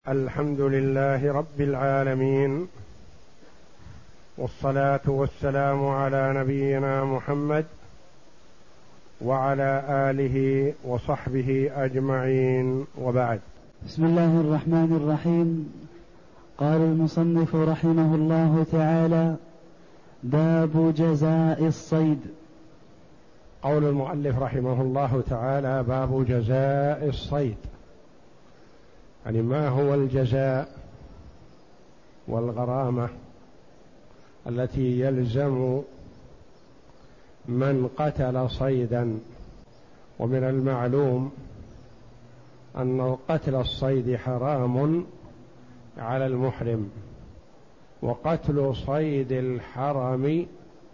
الحمد لله رب العالمين، والصلاة والسلام على نبينا محمد وعلى آله وصحبه أجمعين، وبعد. بسم الله الرحمن الرحيم. قال المصنف رحمه الله تعالى: باب جزاء الصيد. قول المؤلف رحمه الله تعالى: باب جزاء الصيد، يعني ما هو الجزاء والغرامة التي يلزم من قتل صيدا. ومن المعلوم أن قتل الصيد حرام على المحرم، وقتل صيد الحرم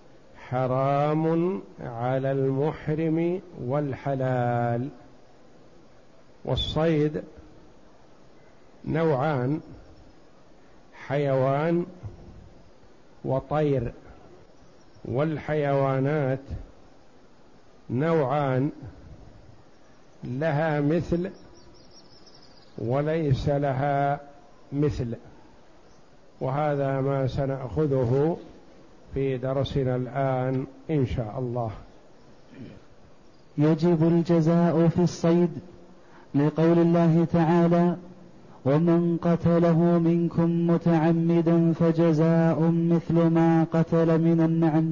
حرام على المحرم والحلال. والصيد نوعان: حيوان وطير. والحيوانات نوعان: لها مثل وليس لها مثل، وهذا ما سنأخذه في درسنا الآن إن شاء الله. يجب الجزاء في الصيد لقول الله تعالى: ومن قتله منكم متعمدا فجزاء مثل ما قتل من النعم،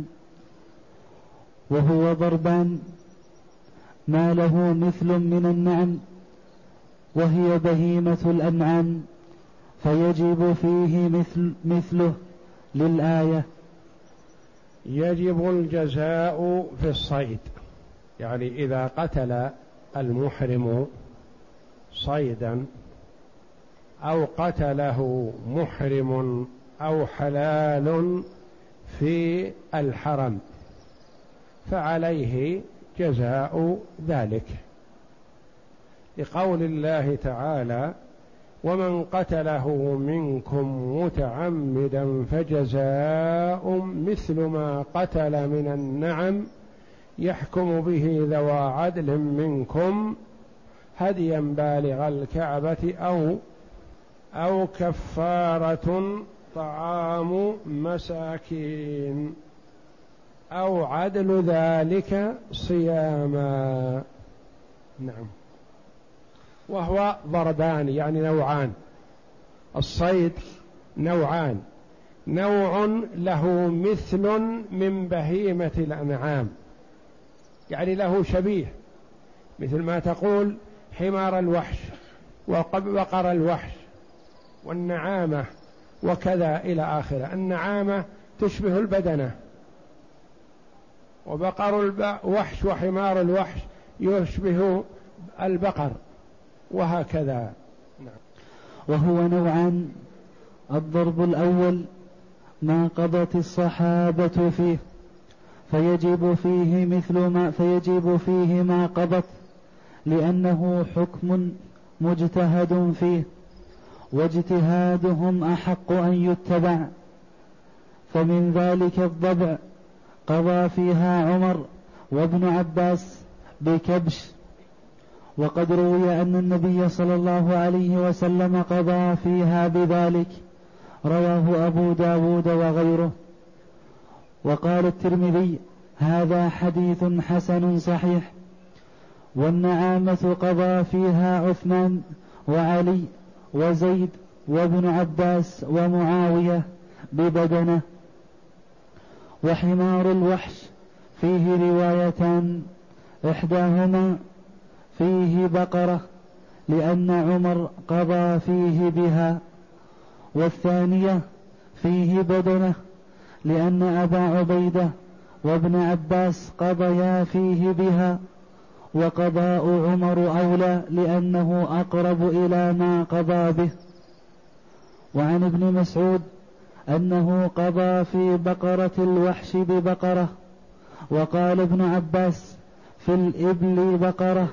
وهو ضربان: ما له مثل من النعم وهي بهيمة الأنعام، فيجب فيه مثله للآية. يجب الجزاء في الصيد، يعني إذا قتل المحرم صيدا أو قتله محرم أو حلال في الحرم فعليه جزاء ذلك، لقول الله تعالى: ومن قتله منكم متعمدا فجزاء مثل ما قتل من النعم يحكم به ذوى عدل منكم هديا بالغ الكعبة أو كفارة طعام مساكين أو عدل ذلك صياما. نعم. وهو ضربان، يعني نوعان. الصيد نوعان: نوع له مثل من بهيمة الأنعام، يعني له شبيه، مثل ما تقول حمار الوحش وبقر الوحش والنعامة وكذا إلى آخره. النعامة تشبه البدنة، وبقر الوحش وحمار الوحش يشبه البقر، وهكذا. نعم. وهو نوعان: الضرب الأول ما قضت الصحابة فيه فيجب فيه ما قضت، لأنه حكم مجتهد فيه، واجتهادهم أحق أن يتبع. فمن ذلك الضبع قضى فيها عمر وابن عباس بكبش، وقد روي أن النبي صلى الله عليه وسلم قضى فيها بذلك، رواه أبو داود وغيره. وقال الترمذي: هذا حديث حسن صحيح. والنعامة قضى فيها عثمان وعلي وزيد وابن عباس ومعاوية ببدنه. وحمار الوحش فيه روايتان: إحداهما فيه بقرة لأن عمر قضى فيه بها، والثانية فيه بدنة لأن أبا عبيدة وابن عباس قضيا فيه بها، وقضاء عمر أولى لأنه أقرب إلى ما قضى به. وعن ابن مسعود أنه قضى في بقرة الوحش ببقرة. وقال ابن عباس: في الإبل بقرة،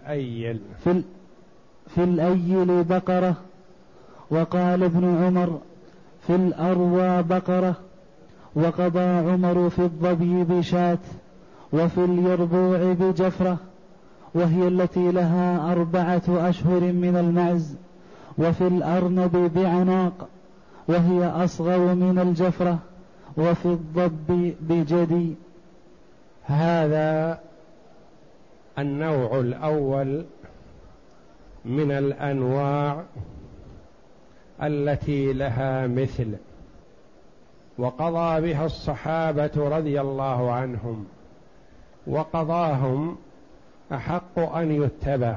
في الأيل بقرة. وقال ابن عمر: في الأروى بقرة. وقضى عمر في الظبي بشاة، وفي اليربوع بجفرة، وهي التي لها 4 أشهر من المعز، وفي الأرنب بعناق وهي أصغر من الجفرة، وفي الضب بجدي. هذا النوع الأول من الأنواع التي لها مثل، وقضى بها الصحابة رضي الله عنهم، وقضاهم أحق أن يتبع،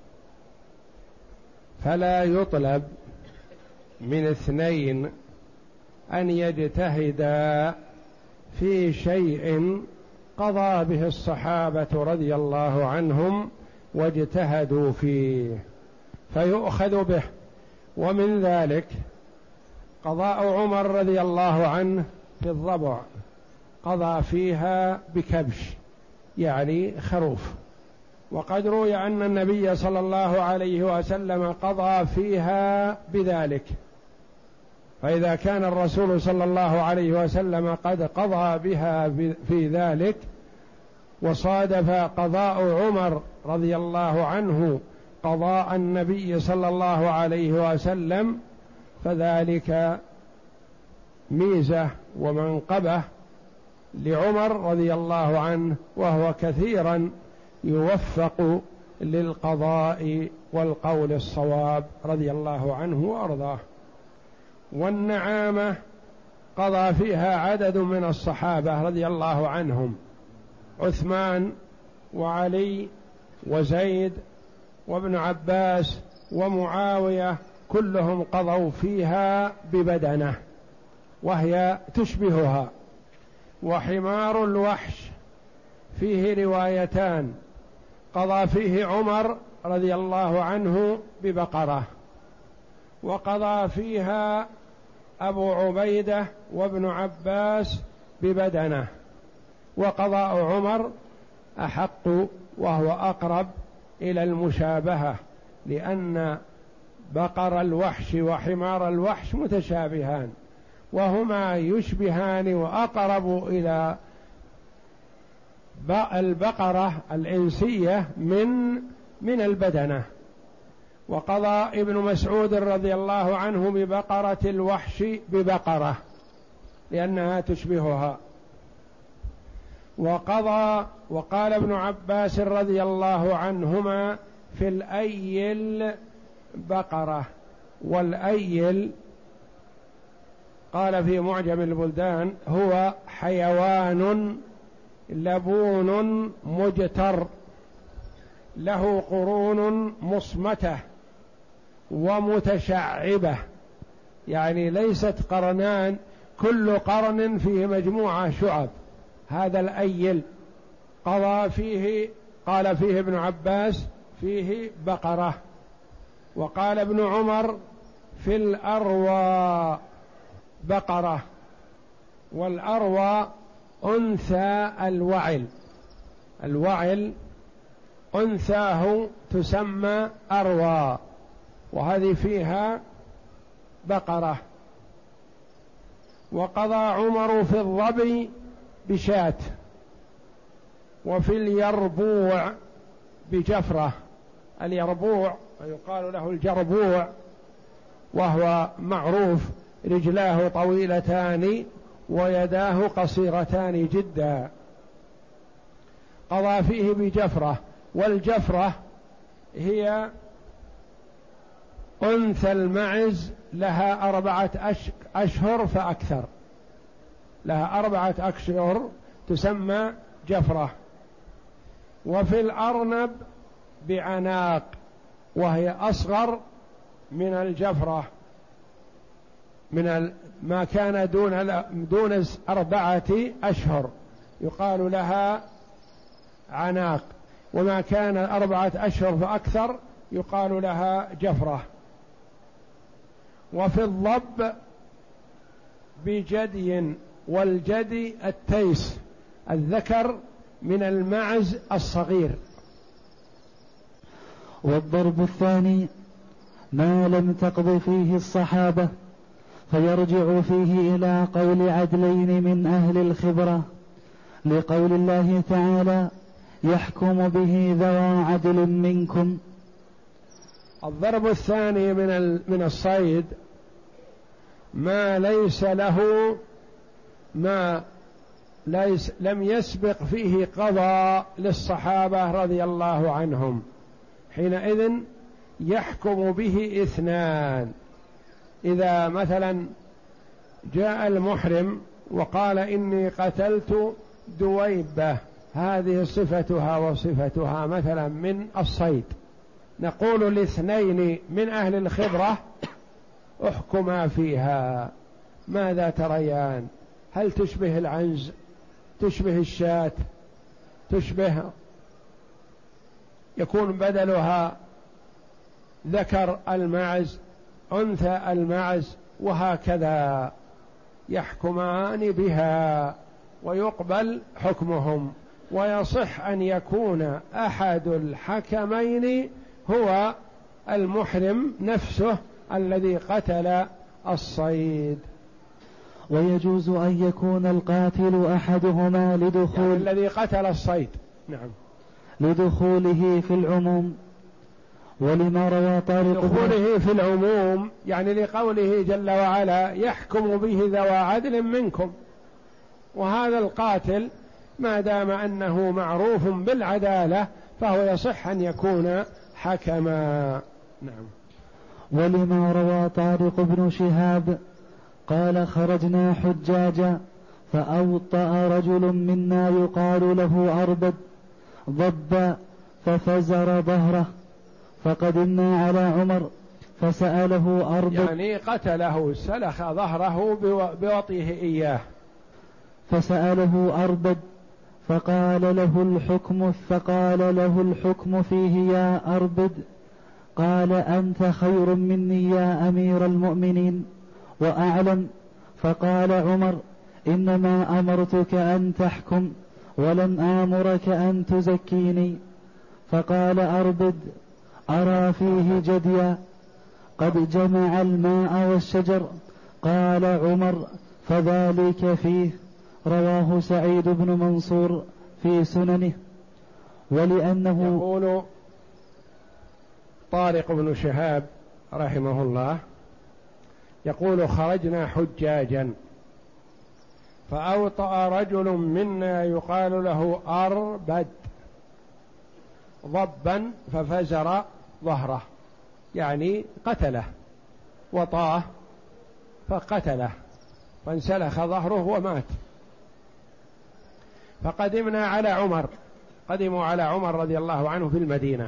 فلا يطلب من اثنين أن يجتهدا في شيء قضى به الصحابة رضي الله عنهم واجتهدوا فيه فيؤخذ به. ومن ذلك قضاء عمر رضي الله عنه في الضبع، قضى فيها بكبش يعني خروف، وقد روي أن النبي صلى الله عليه وسلم قضى فيها بذلك. فإذا كان الرسول صلى الله عليه وسلم قد قضى بها في ذلك، وصادف قضاء عمر رضي الله عنه قضاء النبي صلى الله عليه وسلم، فذلك ميزة ومنقبة لعمر رضي الله عنه، وهو كثيرا يوفق للقضاء والقول الصواب رضي الله عنه وأرضاه. والنعامة قضى فيها عدد من الصحابة رضي الله عنهم، عثمان وعلي وزيد وابن عباس ومعاوية، كلهم قضوا فيها ببدنة وهي تشبهها. وحمار الوحش فيه روايتان، قضى فيه عمر رضي الله عنه ببقرة، وقضى فيها أبو عبيدة وابن عباس ببدنة، وقضاء عمر أحق وهو أقرب إلى المشابهة، لأن بقر الوحش وحمار الوحش متشابهان، وهما يشبهان وأقرب إلى البقرة الإنسية من البدنة. وقضى ابن مسعود رضي الله عنه ببقرة الوحش ببقرة لأنها تشبهها. وقال ابن عباس رضي الله عنهما في الأيل بقرة. والأيل قال في معجم البلدان هو حيوان لبون مجتر له قرون مصمتة ومتشعبة، يعني ليست قرنان، كل قرن فيه مجموعة شعب، هذا الأيل. قضى فيه، قال فيه ابن عباس فيه بقرة. وقال ابن عمر في الأروى بقرة، والأروى أنثى الوعل، الوعل أنثاه تسمى أروى، وهذه فيها بقرة. وقضى عمر في الظبي بشاة، وفي اليربوع بجفرة. اليربوع ويقال له الجربوع، وهو معروف رجلاه طويلتان ويداه قصيرتان جدا، قضى فيه بجفرة. والجفرة هي أنثى المعز لها 4 أشهر فأكثر، لها 4 أشهر تسمى جفرة. وفي الأرنب بعناق، وهي أصغر من الجفرة، من ما كان دون 4 أشهر يقال لها عناق، وما كان 4 أشهر فأكثر يقال لها جفرة. وفي الضب بجدي، والجدي التيس الذكر من المعز الصغير. والضرب الثاني ما لم تقض فيه الصحابة، فيرجع فيه إلى قول عدلين من أهل الخبرة، لقول الله تعالى: يحكم به ذوى عدل منكم. الضرب الثاني من الصيد ما ليس له لم يسبق فيه قضاء للصحابة رضي الله عنهم، حينئذ يحكم به اثنان. إذا مثلا جاء المحرم وقال إني قتلت دويبة هذه صفتها وصفتها مثلا من الصيد، نقول الاثنين من أهل الخبرة احكما فيها، ماذا تريان؟ هل تشبه العنز، تشبه الشاة، تشبه يكون بدلها ذكر المعز أنثى المعز، وهكذا يحكمان بها ويقبل حكمهم، ويصح أن يكون أحد الحكمين هو المحرم نفسه الذي قتل الصيد. ويجوز أن يكون القاتل أحدهما لدخول يعني الذي قتل الصيد، نعم، لدخوله في العموم. ولما روى طارق دخوله في العموم يعني لقوله جل وعلا يحكم به ذوى عدل منكم، وهذا القاتل ما دام أنه معروف بالعدالة فهو يصح أن يكون حكما. نعم. ولما روى طارق بن شهاب قال خرجنا حجاجا فأوطأ رجل منا يقال له أربد ضب ففزر ظهره، فقدمنا على عمر فسأله أربد، يعني قتله سلخ ظهره بوطئه إياه، فسأله أربد فقال له الحكم فيه يا أربد. قال أنت خير مني يا أمير المؤمنين وأعلم. فقال عمر إنما أمرتك أن تحكم ولم آمرك أن تزكيني. فقال أربد أرى فيه جديا قد جمع الماء والشجر. قال عمر فذلك فيه. رواه سعيد بن منصور في سننه. ولأنه يقول طارق بن شهاب رحمه الله يقول خرجنا حجاجا فأوطأ رجل منا يقال له أربد ضبا ففزر ظهره، يعني قتله، وطاه فقتله فانسلخ ظهره ومات. فقدمنا على عمر، قدموا على عمر رضي الله عنه في المدينة،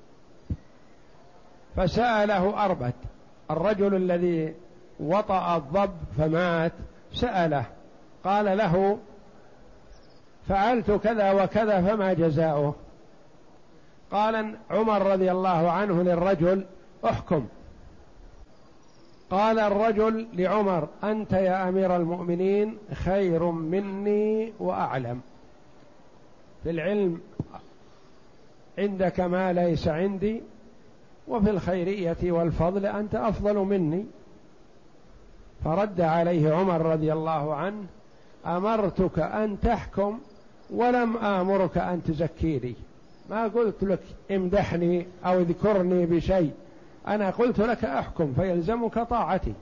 فسأله أربد الرجل الذي وطأ الضب فمات، سأله قال له فعلت كذا وكذا فما جزاؤه؟ قال عمر رضي الله عنه للرجل احكم. قال الرجل لعمر أنت يا أمير المؤمنين خير مني وأعلم، في العلم عندك ما ليس عندي، وفي الخيرية والفضل أنت أفضل مني. فرد عليه عمر رضي الله عنه أمرتك أن تحكم ولم آمرك أن تزكيني، ما قلت لك امدحني أو اذكرني بشيء، أنا قلت لك أحكم فيلزمك طاعتي،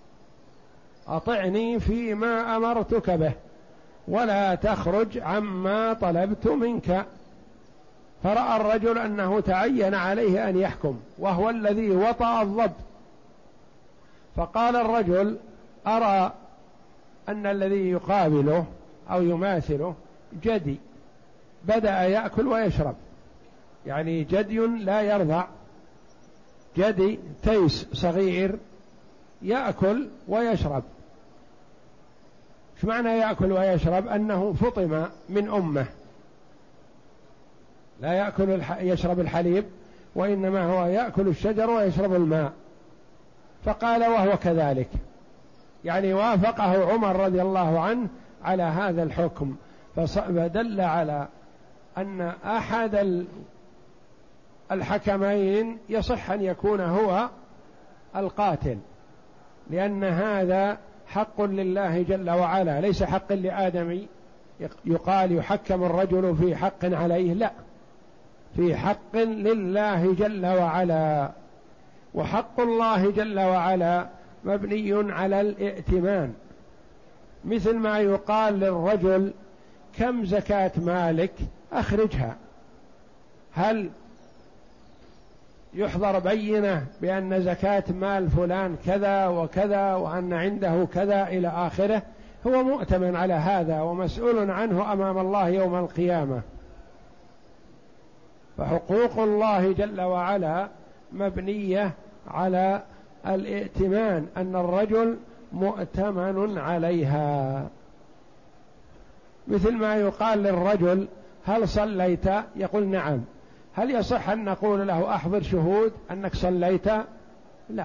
أطعني فيما أمرتك به ولا تخرج عما طلبت منك. فرأى الرجل أنه تعين عليه أن يحكم وهو الذي وطأ الضب، فقال الرجل أرى أن الذي يقابله أو يماثله جدي بدأ يأكل ويشرب، يعني جدي لا يرضع، جدي تيس صغير يأكل ويشرب. ايش معنى يأكل ويشرب؟ أنه فطم من أمه، لا يأكل يشرب الحليب، وإنما هو يأكل الشجر ويشرب الماء. فقال وهو كذلك، يعني وافقه عمر رضي الله عنه على هذا الحكم، فدل على أن أحد الحكمين يصح أن يكون هو القاتل، لأن هذا حق لله جل وعلا، ليس حق لآدمي يقال يحكم الرجل في حق عليه، لا، في حق لله جل وعلا، وحق الله جل وعلا مبني على الائتمان، مثل ما يقال للرجل كم زكاة مالك أخرجها، هل يحضر بينة بأن زكاة مال فلان كذا وكذا وأن عنده كذا إلى آخره؟ هو مؤتمن على هذا ومسؤول عنه أمام الله يوم القيامة. فحقوق الله جل وعلا مبنية على الائتمان، أن الرجل مؤتمن عليها، مثل ما يقال للرجل هل صليت؟ يقول نعم، هل يصح أن نقول له أحضر شهود أنك صليت؟ لا.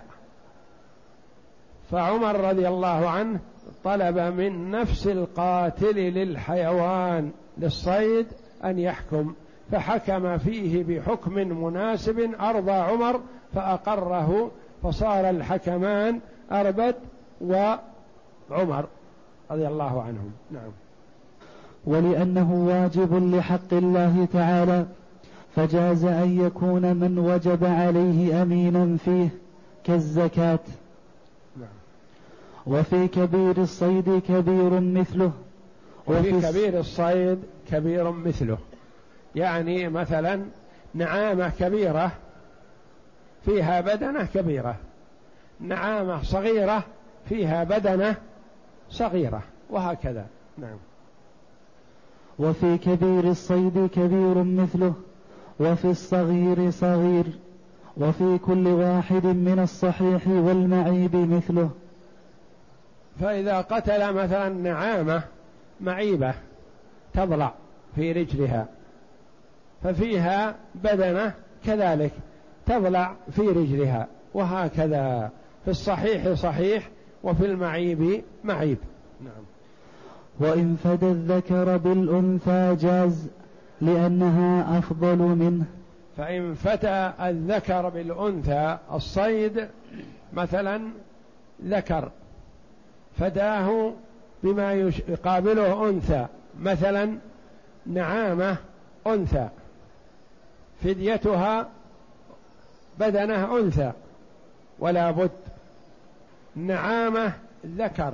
فعمر رضي الله عنه طلب من نفس القاتل للحيوان للصيد أن يحكم، فحكم فيه بحكم مناسب أرضى عمر فأقره، فصار الحكمان أربد وعمر رضي الله عنهم. نعم. ولأنه واجب لحق الله تعالى فجاز أن يكون من وجب عليه أمينا فيه كالزكاة. نعم. وفي كبير الصيد كبير مثله. وفي كبير الصيد كبير مثله، يعني مثلا نعامة كبيرة فيها بدنة كبيرة، نعامة صغيرة فيها بدنة صغيرة، وهكذا. نعم. وفي كبير الصيد كبير مثله، وفي الصغير صغير، وفي كل واحد من الصحيح والمعيب مثله. فإذا قتل مثلا نعامة معيبة تضلع في رجلها، ففيها بدنة كذلك تضلع في رجلها، وهكذا في الصحيح صحيح وفي المعيب معيب. نعم. وإن فدى الذكر بالأنثى جاز لأنها أفضل منه. فإن فتى الذكر بالأنثى، الصيد مثلا ذكر فداه بما يقابله أنثى، مثلا نعامة أنثى فديتها بدنه أنثى ولا بد، نعامة ذكر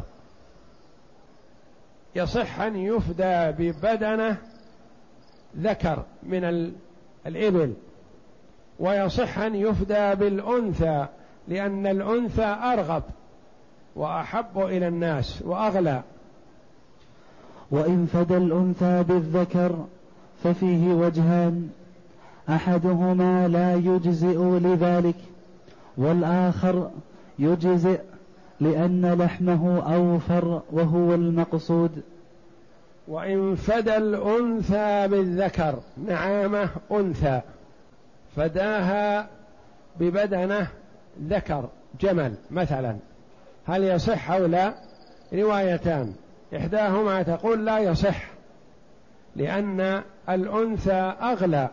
يصح أن يفدى ببدنه ذكر من الإبل، ويصح أن يفدى بالأنثى لأن الأنثى أرغب وأحب إلى الناس وأغلى. وإن فدى الأنثى بالذكر ففيه وجهان، أحدهما لا يجزئ لذلك، والآخر يجزئ لأن لحمه أوفر وهو المقصود. وإن فدى الأنثى بالذكر، نعامة أنثى فداها ببدنه ذكر جمل مثلا، هل يصح أو لا؟ روايتان، إحداهما تقول لا يصح لأن الأنثى أغلى،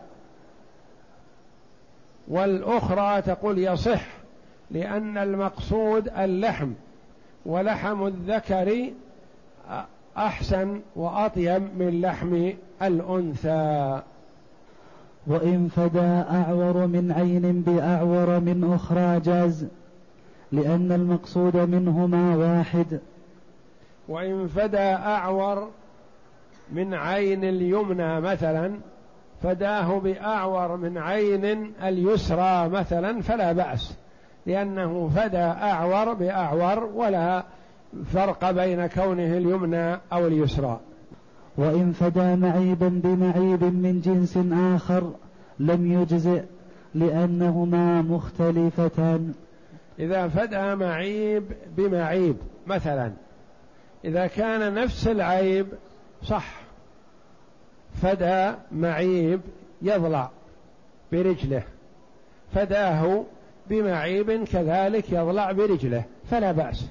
والأخرى تقول يصح لأن المقصود اللحم، ولحم الذكر أحسن وأطيب من لحم الأنثى. وإن فدى أعور من عين بأعور من أخرى جاز لأن المقصود منهما واحد. وإن فدى أعور من عين اليمنى مثلا فداه بأعور من عين اليسرى مثلا فلا بأس، لأنه فدى أعور بأعور ولا فرق بين كونه اليمنى أو اليسرى. وإن فدى معيبا بمعيب من جنس آخر لم يجزئ لأنهما مختلفتان. إذا فدى معيب بمعيب مثلا، إذا كان نفس العيب صح، فدى معيب يضلع برجله فداه بمعيب كذلك يضلع برجله فلا بأس،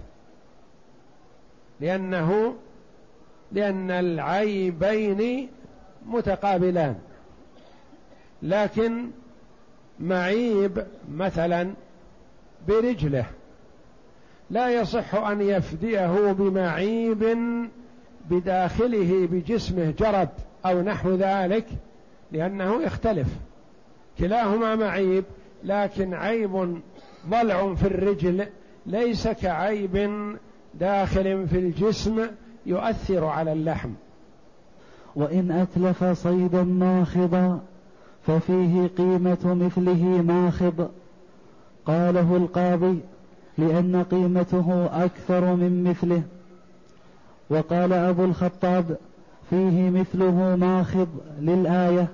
لأن العيبين متقابلان. لكن معيب مثلا برجله لا يصح أن يفديه بمعيب بداخله بجسمه جرب أو نحو ذلك، لأنه يختلف، كلاهما معيب لكن عيب ضلع في الرجل ليس كعيب داخل في الجسم يؤثر على اللحم. وإن أتلف صيدا ماخضا ففيه قيمة مثله ماخض، قاله القاضي لأن قيمته أكثر من مثله. وقال أبو الخطاب فيه مثله ماخض للآية.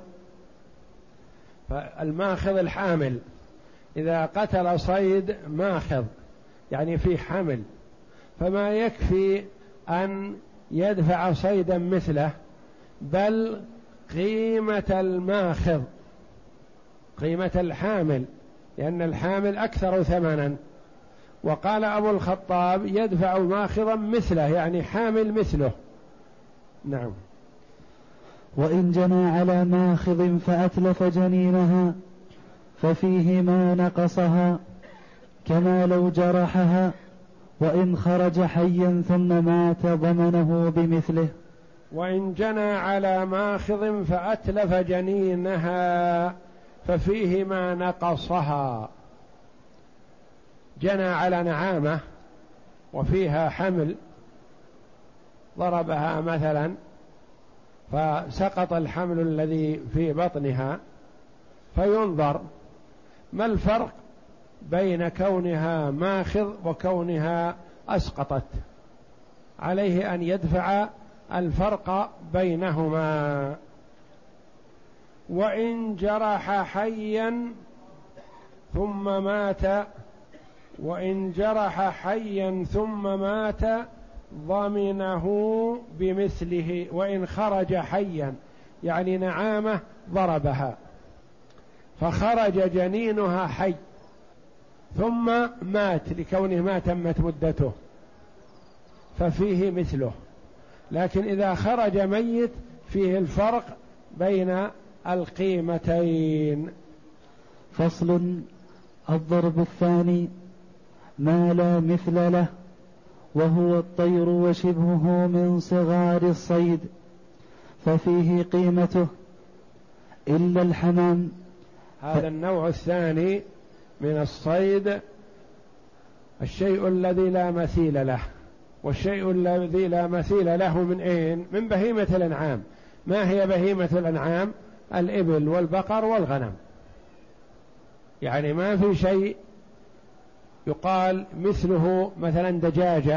فالماخض الحامل، إذا قتل صيد ماخض يعني فيه حمل، فما يكفي أن يدفع صيدا مثله، بل قيمة الماخض، قيمة الحامل، لأن الحامل أكثر ثمنا. وقال أبو الخطاب يدفع ماخضا مثله يعني حامل مثله. نعم. وإن جنى على ماخض فأتلف جنينها ففيه ما نقصها كما لو جرحها، وإن خرج حيا ثم مات ضمنه بمثله. وإن جنى على ماخض فأتلف جنينها ففيه ما نقصها. جنى على نعامة وفيها حمل، ضربها مثلا فسقط الحمل الذي في بطنها، فينظر ما الفرق بين كونها ماخض وكونها أسقطت، عليه أن يدفع الفرق بينهما. وإن جرح حيا ثم مات، وإن جرح حيا ثم مات ضمنه بمثله. وإن خرج حيا يعني نعامة ضربها فخرج جنينها حي ثم مات لكونه ما تمت مدته ففيه مثله. لكن إذا خرج ميت فيه الفرق بين القيمتين. فصل. الضرب الثاني ما لا مثل له، وهو الطير وشبهه من صغار الصيد، ففيه قيمته إلا الحمام. هذا النوع الثاني من الصيد الشيء الذي لا مثيل له. والشيء الذي لا مثيل له من أين؟ من بهيمة الأنعام. ما هي بهيمة الأنعام؟ الإبل والبقر والغنم. يعني ما في شيء يقال مثله مثلا دجاجة،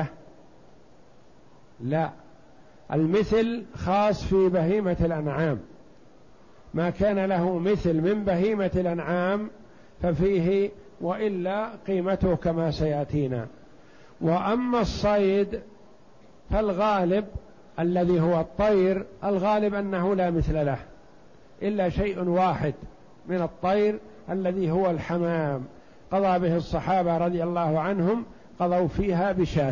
لا، المثل خاص في بهيمة الأنعام. ما كان له مثل من بهيمة الأنعام ففيه، وإلا قيمته كما سيأتينا. وأما الصيد فالغالب الذي هو الطير، الغالب أنه لا مثل له إلا شيء واحد من الطير الذي هو الحمام، قضى به الصحابة رضي الله عنهم، قضوا فيها بشاة.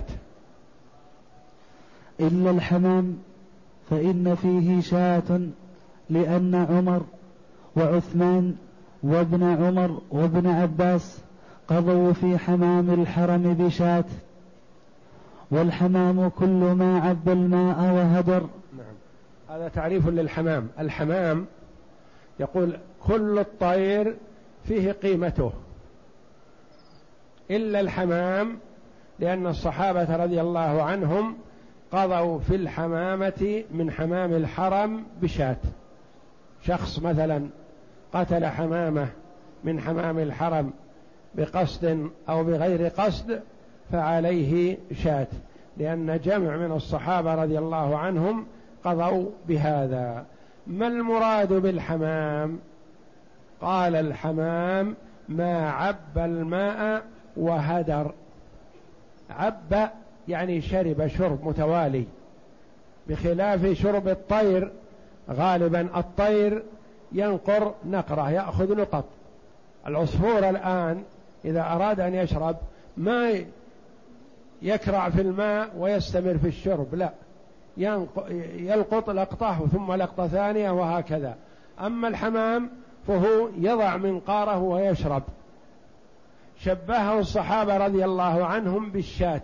إلا الحمام فإن فيه شاة، لأن عمر وعثمان وابن عمر وابن عباس قضوا في حمام الحرم بشاة. والحمام كل ما عب الماء وهدر. نعم. هذا تعريف للحمام. الحمام يقول كل الطير فيه قيمته إلا الحمام، لأن الصحابة رضي الله عنهم قضوا في الحمامة من حمام الحرم بشاة. شخص مثلا قتل حمامة من حمام الحرم بقصد أو بغير قصد فعليه شاة، لأن جمع من الصحابة رضي الله عنهم قضوا بهذا. ما المراد بالحمام؟ قال الحمام ما عب الماء وهدر. عب يعني شرب شرب متوالي، بخلاف شرب الطير. غالبا الطير ينقر نقرة، يأخذ نقط. العصفور الآن إذا أراد أن يشرب ما يكرع في الماء ويستمر في الشرب، لا، يلقط لقطة ثم لقطة ثانية وهكذا. أما الحمام فهو يضع منقاره ويشرب. شبهه الصحابة رضي الله عنهم بالشاة،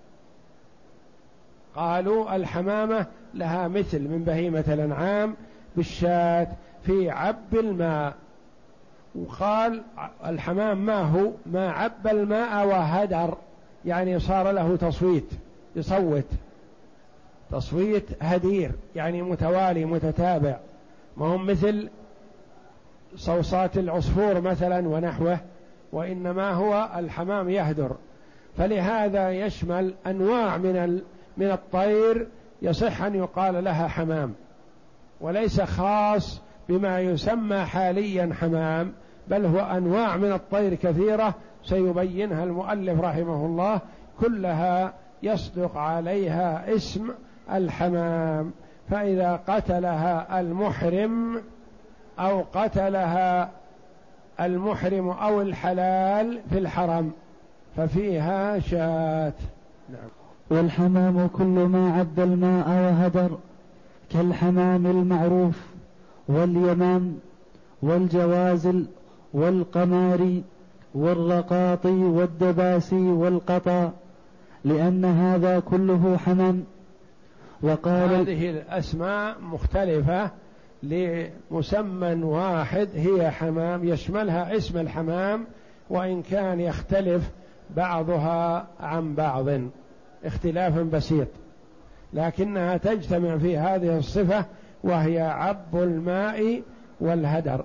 قالوا الحمامة لها مثل من بهيمة الأنعام بالشاة في عب الماء وقال الحمام ما هو ما عب الماء وهدر، يعني صار له تصويت، يصوت تصويت هدير، يعني متوالي متتابع، ما هم مثل صوصات العصفور مثلا ونحوه، وإنما هو الحمام يهدر. فلهذا يشمل أنواع من الطير يصح أن يقال لها حمام، وليس خاص بما يسمى حاليا حمام، بل هو أنواع من الطير كثيرة سيبينها المؤلف رحمه الله، كلها يصدق عليها اسم الحمام. فإذا قتلها المحرم أو قتلها المحرم أو الحلال في الحرم ففيها شاة. نعم. والحمام كل ما عب الماء وهدر، كالحمام المعروف واليمام والجوازل والقماري والرقاط والدباسي والقطا، لأن هذا كله حمام. وقال هذه الأسماء مختلفة لمسمى واحد هي حمام، يشملها اسم الحمام، وإن كان يختلف بعضها عن بعض اختلافا بسيط، لكنها تجتمع في هذه الصفة وهي عب الماء والهدر.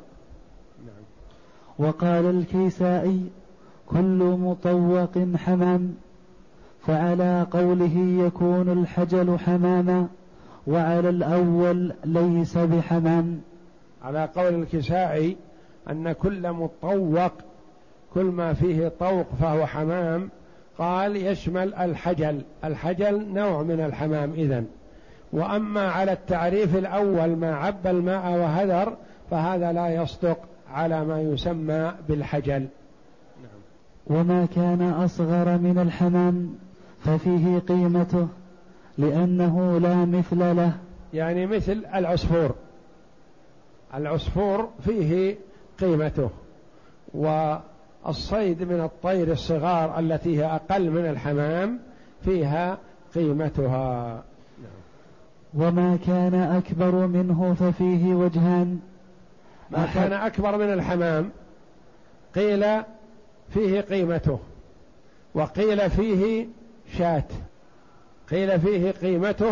وقال الكيسائي كل مطوق حمام، فعلى قوله يكون الحجل حماما، وعلى الأول ليس بحمام. على قول الكسائي أن كل مطوق كل ما فيه طوق فهو حمام، قال يشمل الحجل، الحجل نوع من الحمام إذن. وأما على التعريف الأول ما عب الماء وهدر فهذا لا يصدق على ما يسمى بالحجل. وما كان أصغر من الحمام ففيه قيمته، لأنه لا مثل له، يعني مثل العصفور، العصفور فيه قيمته، والصيد من الطير الصغار التي هي أقل من الحمام فيها قيمتها. وما كان أكبر منه ففيه وجهان. ما كان أكبر من الحمام قيل فيه قيمته، وقيل فيه شاة. قيل فيه قيمته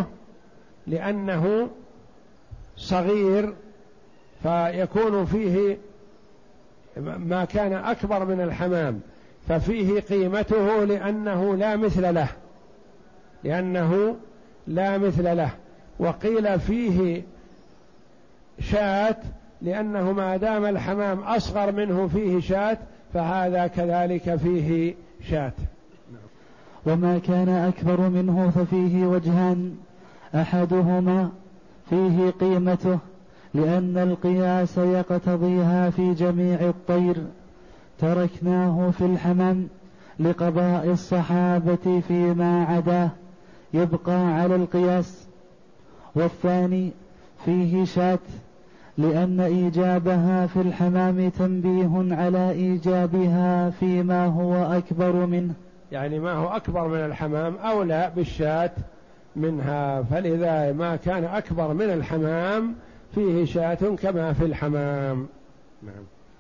لأنه صغير فيكون فيه ما كان أكبر من الحمام ففيه قيمته لأنه لا مثل له، لأنه لا مثل له. وقيل فيه شاة لأنه ما دام الحمام أصغر منه فيه شاة فهذا كذلك فيه شاة. وما كان أكبر منه ففيه وجهان، أحدهما فيه قيمته لأن القياس يقتضيها في جميع الطير، تركناه في الحمام لقضاء الصحابة فيما عداه يبقى على القياس. والثاني فيه شاة لأن إيجابها في الحمام تنبيه على إيجابها فيما هو أكبر منه، يعني ما هو أكبر من الحمام أولى بالشاة منها، فلذا ما كان أكبر من الحمام فيه شاة كما في الحمام. نعم.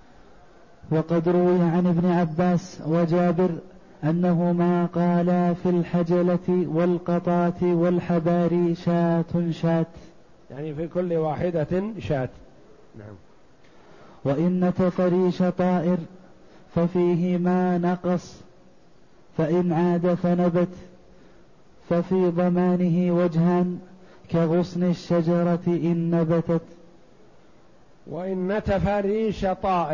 وقد روي عن ابن عباس وجابر أنهما قالا في الحجلة والقطاة والحباري شاة شاة، يعني في كل واحدة شاة. نعم. وإن تفريش طائر ففيه ما نقص، فإن عاد فنبت ففي ضمانه وجهان كغصن الشجرة إن نبتت. وإن نتف ريش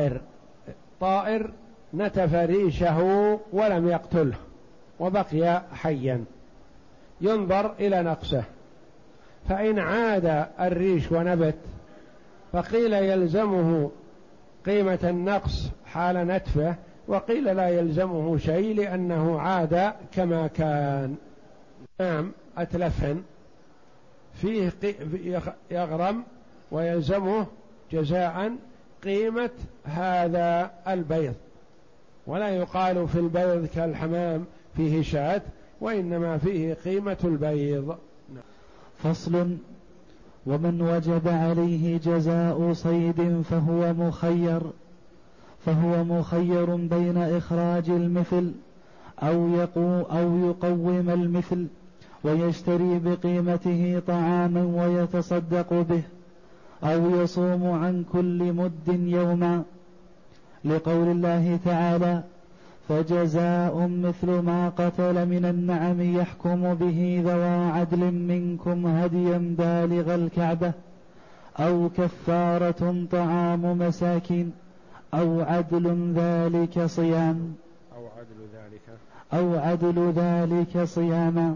طائر نتف ريشه ولم يقتله وبقي حيا ينظر إلى نقصه، فإن عاد الريش ونبت فقيل يلزمه قيمة النقص حال نتفه، وقيل لا يلزمه شيء لأنه عاد كما كان. نعم. أتلفن فيه يغرم ويلزمه جزاء قيمة هذا البيض، ولا يقال في البيض كالحمام فيه شاة، وإنما فيه قيمة البيض. فصل. ومن وجب عليه جزاء صيد فهو مخير، فهو مخير بين إخراج المثل أو يقوم المثل ويشتري بقيمته طعاما ويتصدق به، أو يصوم عن كل مد يوما، لقول الله تعالى: فجزاء مثل ما قتل من النعم يحكم به ذوى عدل منكم هديا بالغ الكعبة، أو كفارة طعام مساكين، أو عدل ذلك صيام، أو عدل ذلك صياما،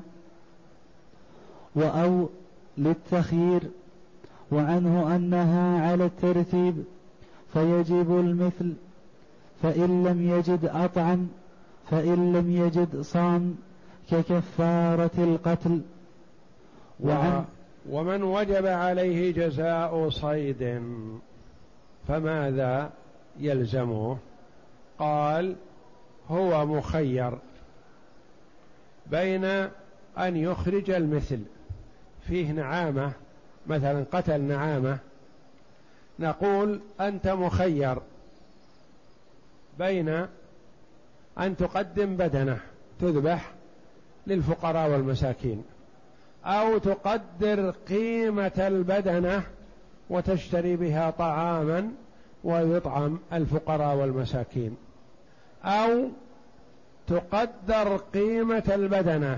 وأو للتخيير. وعنه أنها على الترتيب، فيجب المثل، فإن لم يجد أطعم، فإن لم يجد صام، ككفارة القتل. ومن وجب عليه جزاء صيد فماذا يلزمه؟ قال: هو مخير بين أن يخرج المثل، فيه نعامة مثلا، قتل نعامة، نقول: أنت مخير بين أن تقدم بدنه تذبح للفقراء والمساكين، أو تقدر قيمة البدنة وتشتري بها طعاما ويطعم الفقراء والمساكين، أو تقدر قيمة البدنة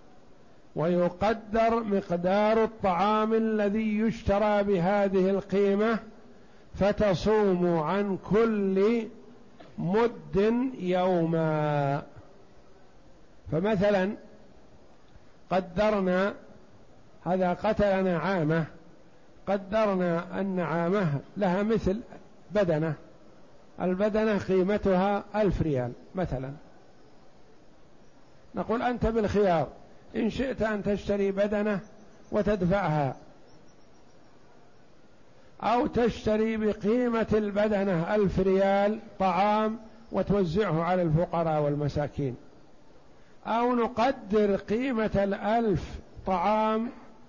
ويقدر مقدار الطعام الذي يشترى بهذه القيمة، فتصوم عن كل مد يوما. فمثلا قدرنا هذا قتل نعامة، قدرنا النعامة لها مثل بدنة، البدنة قيمتها 1000 ريال مثلا، نقول: أنت بالخيار، إن شئت أن تشتري بدنة وتدفعها، أو تشتري بقيمة البدنة 1000 ريال طعام وتوزعه على الفقراء والمساكين، أو نقدر قيمة 1000 طعام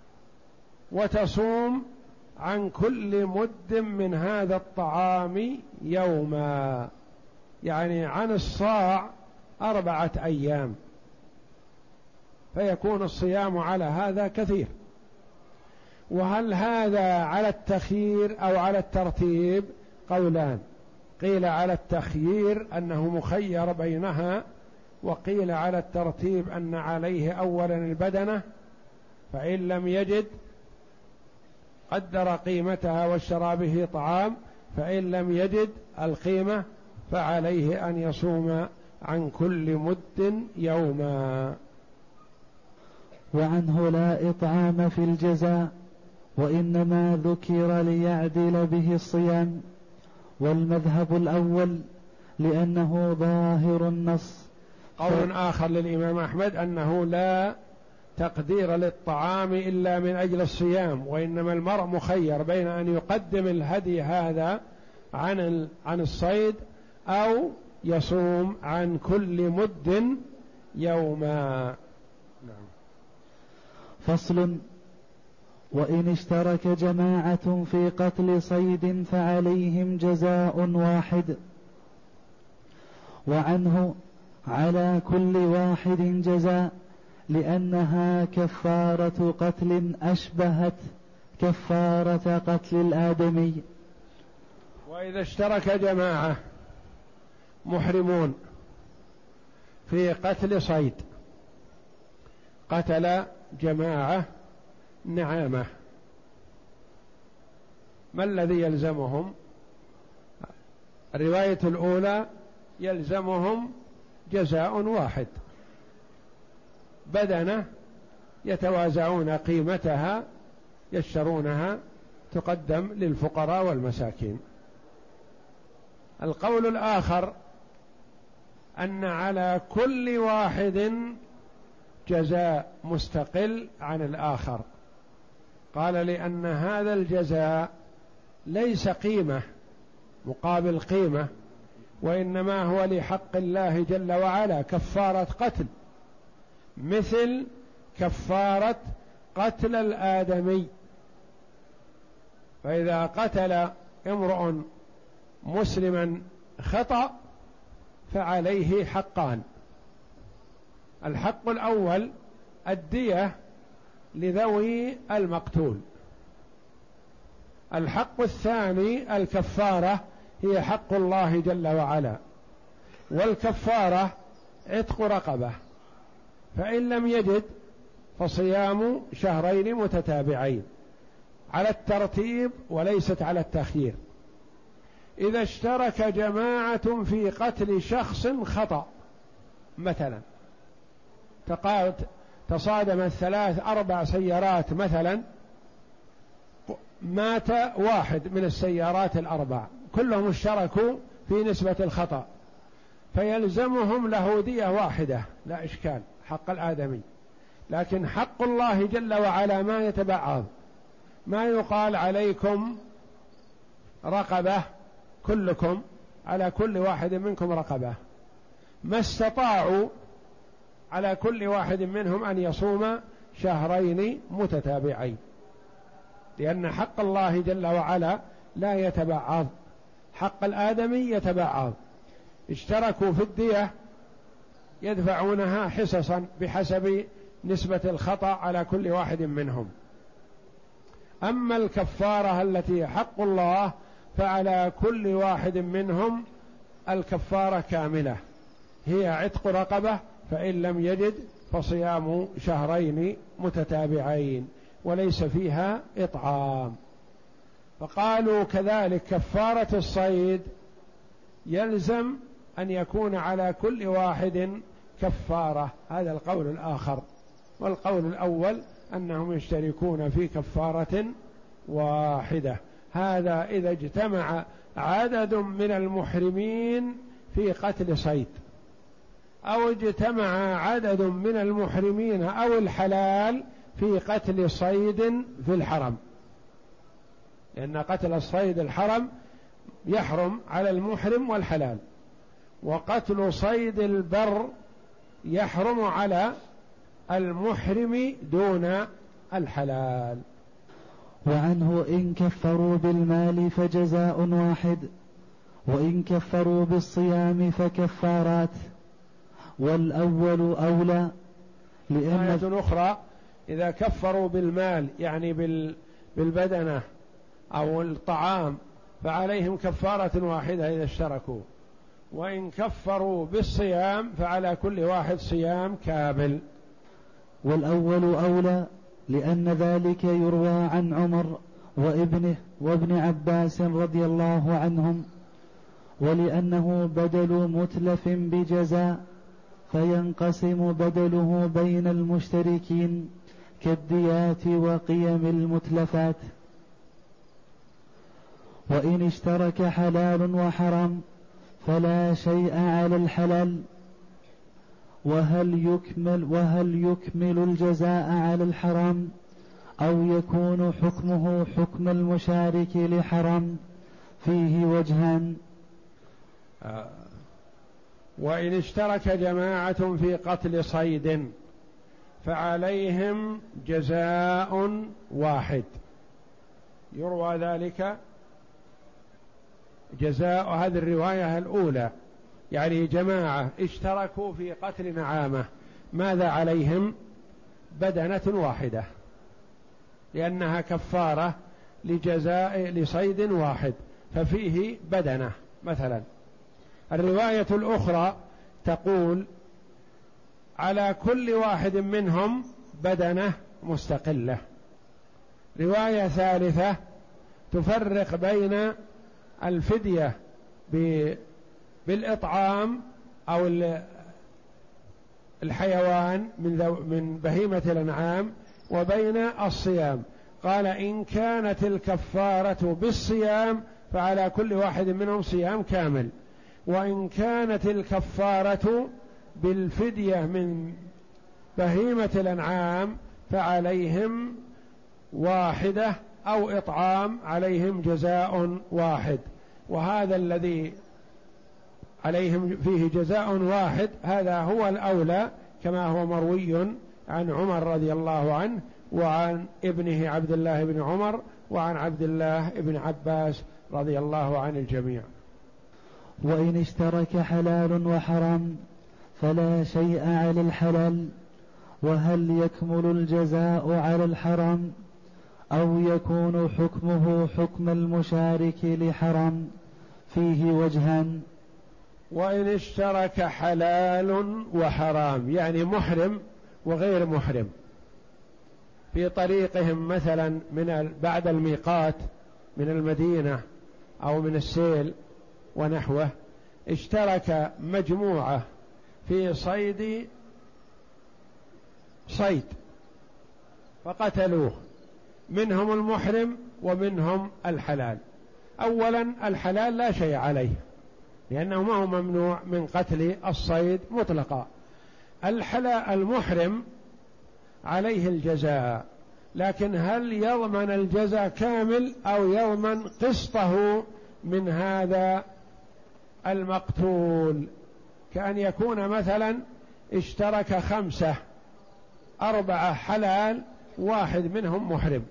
وتصوم عن كل مد من هذا الطعام يوما، يعني عن الصاع 4 أيام، فيكون الصيام على هذا كثير. وهل هذا على التخيير أو على الترتيب؟ قولان: قيل على التخيير أنه مخير بينها، وقيل على الترتيب أن عليه أولا البدنة، فإن لم يجد قدر قيمتها واشترى به طعام، فإن لم يجد القيمة فعليه أن يصوم عن كل مد يوما. وعنه لا إطعام في الجزاء، وإنما ذكر ليعدل به الصيام، والمذهب الأول لأنه ظاهر النص. قول آخر للإمام أحمد أنه لا تقدير للطعام إلا من أجل الصيام، وإنما المرء مخير بين أن يقدم الهدي هذا عن الصيد، أو يصوم عن كل مد يوما. نعم. فصل: وإن اشترك جماعة في قتل صيد فعليهم جزاء واحد. وعنه: على كل واحد جزاء، لأنها كفارة قتل أشبهت كفارة قتل الآدمي. وإذا اشترك جماعة محرمون في قتل صيد، قتل جماعة نعامة، ما الذي يلزمهم؟ الرواية الأولى يلزمهم جزاء واحد، بدنة يتوازعون قيمتها يشترونها تقدم للفقراء والمساكين. القول الآخر أن على كل واحد جزاء مستقل عن الآخر، قال: لأن هذا الجزاء ليس قيمة مقابل قيمة، وإنما هو لحق الله جل وعلا كفارة قتل، مثل كفارة قتل الآدمي. فإذا قتل امرؤ مسلما خطأ فعليه حقان. الحق الأول الدية لذوي المقتول، الحق الثاني الكفارة هي حق الله جل وعلا، والكفارة عتق رقبة، فإن لم يجد فصيام شهرين متتابعين على الترتيب وليست على التخيير. إذا اشترك جماعة في قتل شخص خطأ، مثلا تصادم 3-4 سيارات مثلا، مات واحد من السيارات الأربع، كلهم اشتركوا في نسبة الخطأ، فيلزمهم له دية واحدة لا إشكال، حق الآدمي. لكن حق الله جل وعلا ما يتبعض، ما يقال عليكم رقبة كلكم، على كل واحد منكم رقبة، ما استطاعوا على كل واحد منهم أن يصوم شهرين متتابعين، لأن حق الله جل وعلا لا يتبعض، حق الآدمي يتبعض. اشتركوا في الدية يدفعونها حصصا بحسب نسبة الخطأ على كل واحد منهم. أما الكفارة التي حق الله فعلى كل واحد منهم الكفارة كاملة، هي عتق رقبة، فإن لم يجد فصيام شهرين متتابعين وليس فيها إطعام. فقالوا كذلك كفارة الصيد يلزم أن يكون على كل واحد كفارة، هذا القول الآخر. والقول الأول أنهم يشتركون في كفارة واحدة، هذا إذا اجتمع عدد من المحرمين في قتل صيد، أو اجتمع عدد من المحرمين أو الحلال في قتل صيد في الحرم، لأن قتل الصيد الحرم يحرم على المحرم والحلال، وقتل صيد البر يحرم على المحرم دون الحلال. وعنه إن كفروا بالمال فجزاء واحد، وإن كفروا بالصيام فكفارات، والأول أولى. لأن آية أخرى إذا كفروا بالمال يعني بالبدنة أو الطعام فعليهم كفارة واحدة إذا اشتركوا، وإن كفروا بالصيام فعلى كل واحد صيام كامل. والأول أولى لأن ذلك يروى عن عمر وابنه وابن عباس رضي الله عنهم، ولأنه بدل متلف بجزاء فينقسم بدله بين المشتركين كالديات وقيم المتلفات. وإن اشترك حلال وحرام فلا شيء على الحلال، وهل يكمل الجزاء على الحرام أو يكون حكمه حكم المشارك لحرام؟ فيه وجهان. وإن اشترك جماعة في قتل صيد فعليهم جزاء واحد، يروى ذلك جزاء، هذه الرواية الأولى، يعني جماعة اشتركوا في قتل نعامة، ماذا عليهم؟ بدنة واحدة، لأنها كفارة لجزاء لصيد واحد، ففيه بدنة مثلا. الرواية الأخرى تقول على كل واحد منهم بدنة مستقلة. رواية ثالثة تفرق بين الفدية بالإطعام أو الحيوان من بهيمة الأنعام وبين الصيام. قال إن كانت الكفارة بالصيام فعلى كل واحد منهم صيام كامل، وإن كانت الكفارة بالفدية من بهيمة الأنعام فعليهم واحدة أو إطعام، عليهم جزاء واحد. وهذا الذي عليهم فيه جزاء واحد هذا هو الأولى، كما هو مروي عن عمر رضي الله عنه وعن ابنه عبد الله بن عمر وعن عبد الله بن عباس رضي الله عن الجميع. وإن اشترك حلال وحرام فلا شيء على الحلال. وهل يكمل الجزاء على الحرام أو يكون حكمه حكم المشارك لحرام؟ فيه وجهان. وإن اشترك حلال وحرام يعني محرم وغير محرم في طريقهم مثلا بعد الميقات من المدينة أو من السيل ونحوه، اشترك مجموعة في صيد فقتلوه، منهم المحرم ومنهم الحلال. أولا الحلال لا شيء عليه لأنه ما هو ممنوع من قتل الصيد مطلقا. المحرم عليه الجزاء، لكن هل يضمن الجزاء كامل أو يضمن قسطه من هذا المقتول؟ كأن يكون مثلا اشترك 5 4 حلال، واحد منهم محرم.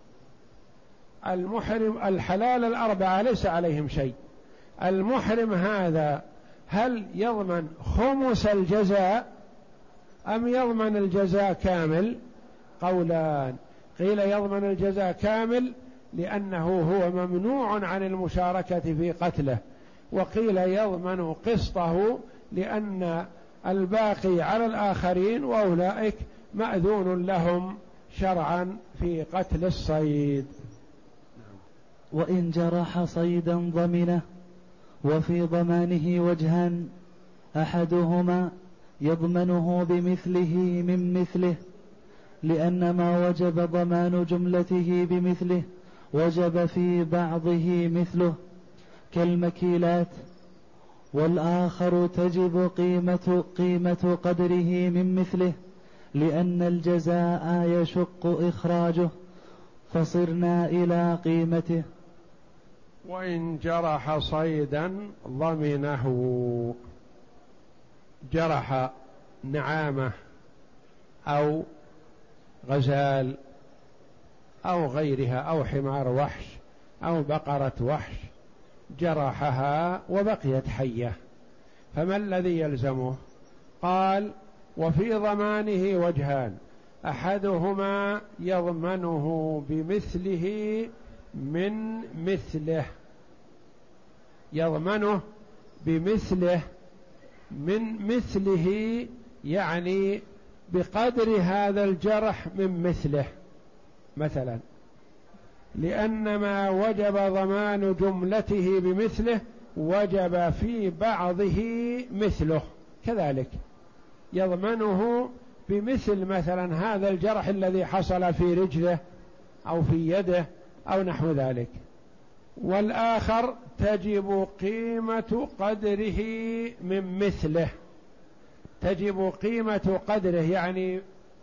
الحلال 4 ليس عليهم شيء. المحرم هذا هل يضمن خمس الجزاء أم يضمن الجزاء كامل؟ قولان، قيل يضمن الجزاء كامل لأنه هو ممنوع عن المشاركة في قتله، وقيل يضمن قسطه لأن الباقي على الآخرين وأولئك مأذون لهم شرعا في قتل الصيد. وإن جرح صيدا ضمنه. وفي ضمانه وجهان، أحدهما يضمنه بمثله من مثله، لأن ما وجب ضمان جملته بمثله وجب في بعضه مثله كالمكيلات. والآخر تجب قيمة قدره من مثله، لأن الجزاء يشق إخراجه فصرنا إلى قيمته. وإن جرح صيدا ضمنه، جرح نعامة أو غزال أو غيرها أو حمار وحش أو بقرة وحش، جرحها وبقيت حية، فما الذي يلزمه؟ قال وفي ضمانه وجهان، أحدهما يضمنه بمثله من مثله، يضمنه بمثله من مثله يعني بقدر هذا الجرح من مثله، مثلا لأن ما وجب ضمان جملته بمثله وجب في بعضه مثله، كذلك يضمنه بمثل مثلا هذا الجرح الذي حصل في رجله أو في يده أو نحو ذلك. والآخر تجب قيمة قدره من مثله، تجب قيمة قدره يعني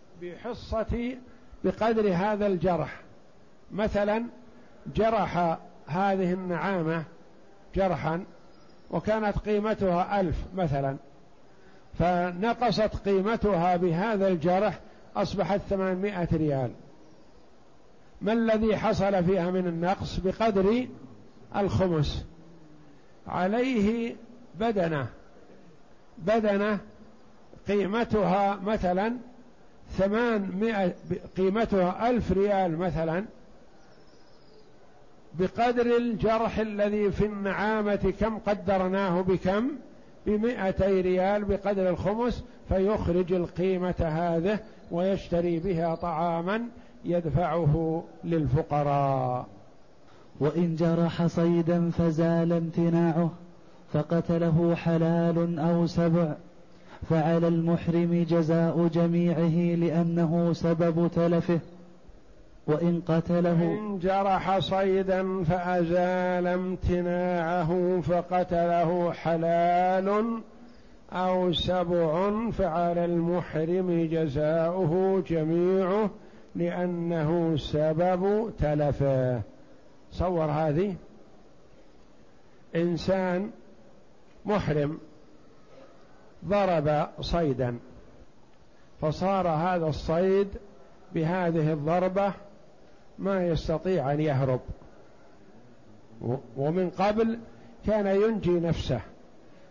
بقدر هذا الجرح. مثلا جرح هذه النعامة جرحا وكانت قيمتها 1000 مثلا، فنقصت قيمتها بهذا الجرح أصبحت 800 ريال، ما الذي حصل فيها من النقص؟ بقدر الخمس. عليه بدنة قيمتها مثلا 800، قيمتها 1000 ريال مثلا، بقدر الجرح الذي في النعامة كم قدرناه بكم؟ ب200 ريال بقدر الخمس، فيخرج القيمة هذه ويشتري بها طعاما يدفعه للفقراء. وإن جرح صيدا فزال امتناعه فقتله حلال أو سبع، فعلى المحرم جزاء جميعه لأنه سبب تلفه. وإن قتله إن جرح صيدا فأزال امتناعه فقتله حلال أو سبع، فعلى المحرم جزاؤه جميعه لأنه سبب تلفه. صور هذه، إنسان محرم ضرب صيدا فصار هذا الصيد بهذه الضربة ما يستطيع أن يهرب، ومن قبل كان ينجي نفسه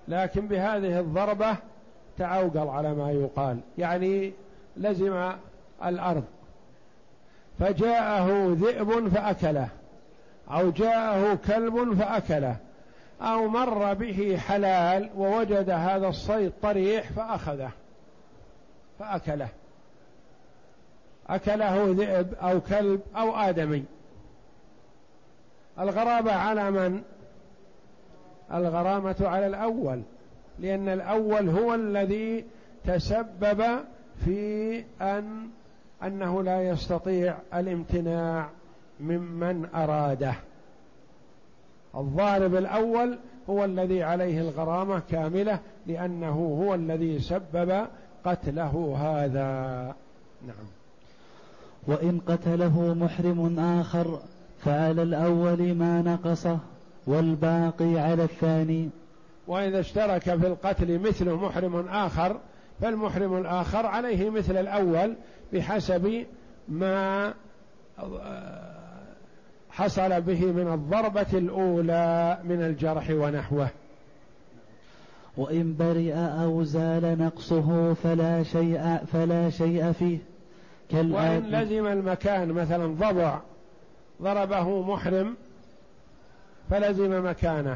لكن بهذه الضربة تعوقل على ما يقال، يعني لزم الأرض، فجاءه ذئب فأكله، أو جاءه كلب فأكله، أو مر به حلال ووجد هذا الصيد طريح فأخذه فأكله، أكله ذئب أو كلب أو آدمي. الغرابة على من؟ الغرامة على الأول، لأن الأول هو الذي تسبب في أنه لا يستطيع الامتناع ممن أراده. الضارب الأول هو الذي عليه الغرامة كاملة، لأنه هو الذي سبب قتله هذا. نعم. وإن قتله محرم آخر فعلى الأول ما نقصه والباقي على الثاني. وإذا اشترك في القتل مثل محرم آخر فالمحرم الآخر عليه مثل الأول بحسب ما حصل به من الضربة الأولى من الجرح ونحوه. وإن برئ أو زال نقصه فلا شيء فيه. وإن لزم المكان، مثلا ضبع ضربه محرم فلزم مكانه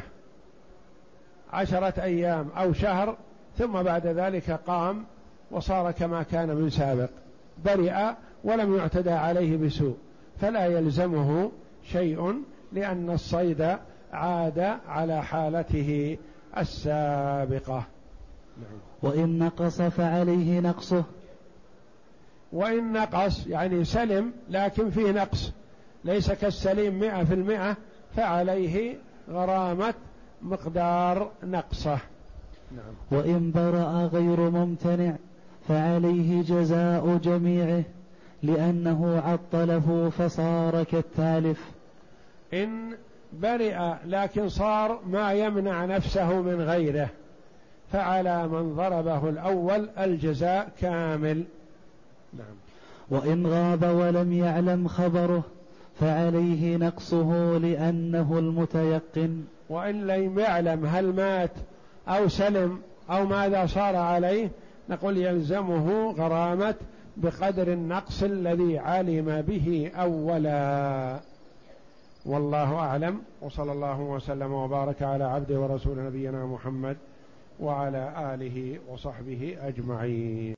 10 أيام أو شهر، ثم بعد ذلك قام وصار كما كان من سابق، برئ ولم يعتدى عليه بسوء، فلا يلزمه شيء، لأن الصيد عاد على حالته السابقة. وإن نقص فعليه نقصه. وإن نقص يعني سلم لكن فيه نقص، ليس كالسليم 100%، فعليه غرامة مقدار نقصه. نعم. وإن برأ غير ممتنع فعليه جزاء جميعه، لأنه عطله فصار كالتالف. إن برئ لكن صار ما يمنع نفسه من غيره، فعلى من ضربه الأول الجزاء كامل. نعم. وإن غاب ولم يعلم خبره فعليه نقصه لأنه المتيقن. وإن لم يعلم هل مات أو سلم أو ماذا صار عليه، نقول يلزمه غرامة بقدر النقص الذي علم به أولا. والله أعلم، وصلى الله وسلم وبارك على عبده ورسول نبينا محمد وعلى آله وصحبه أجمعين.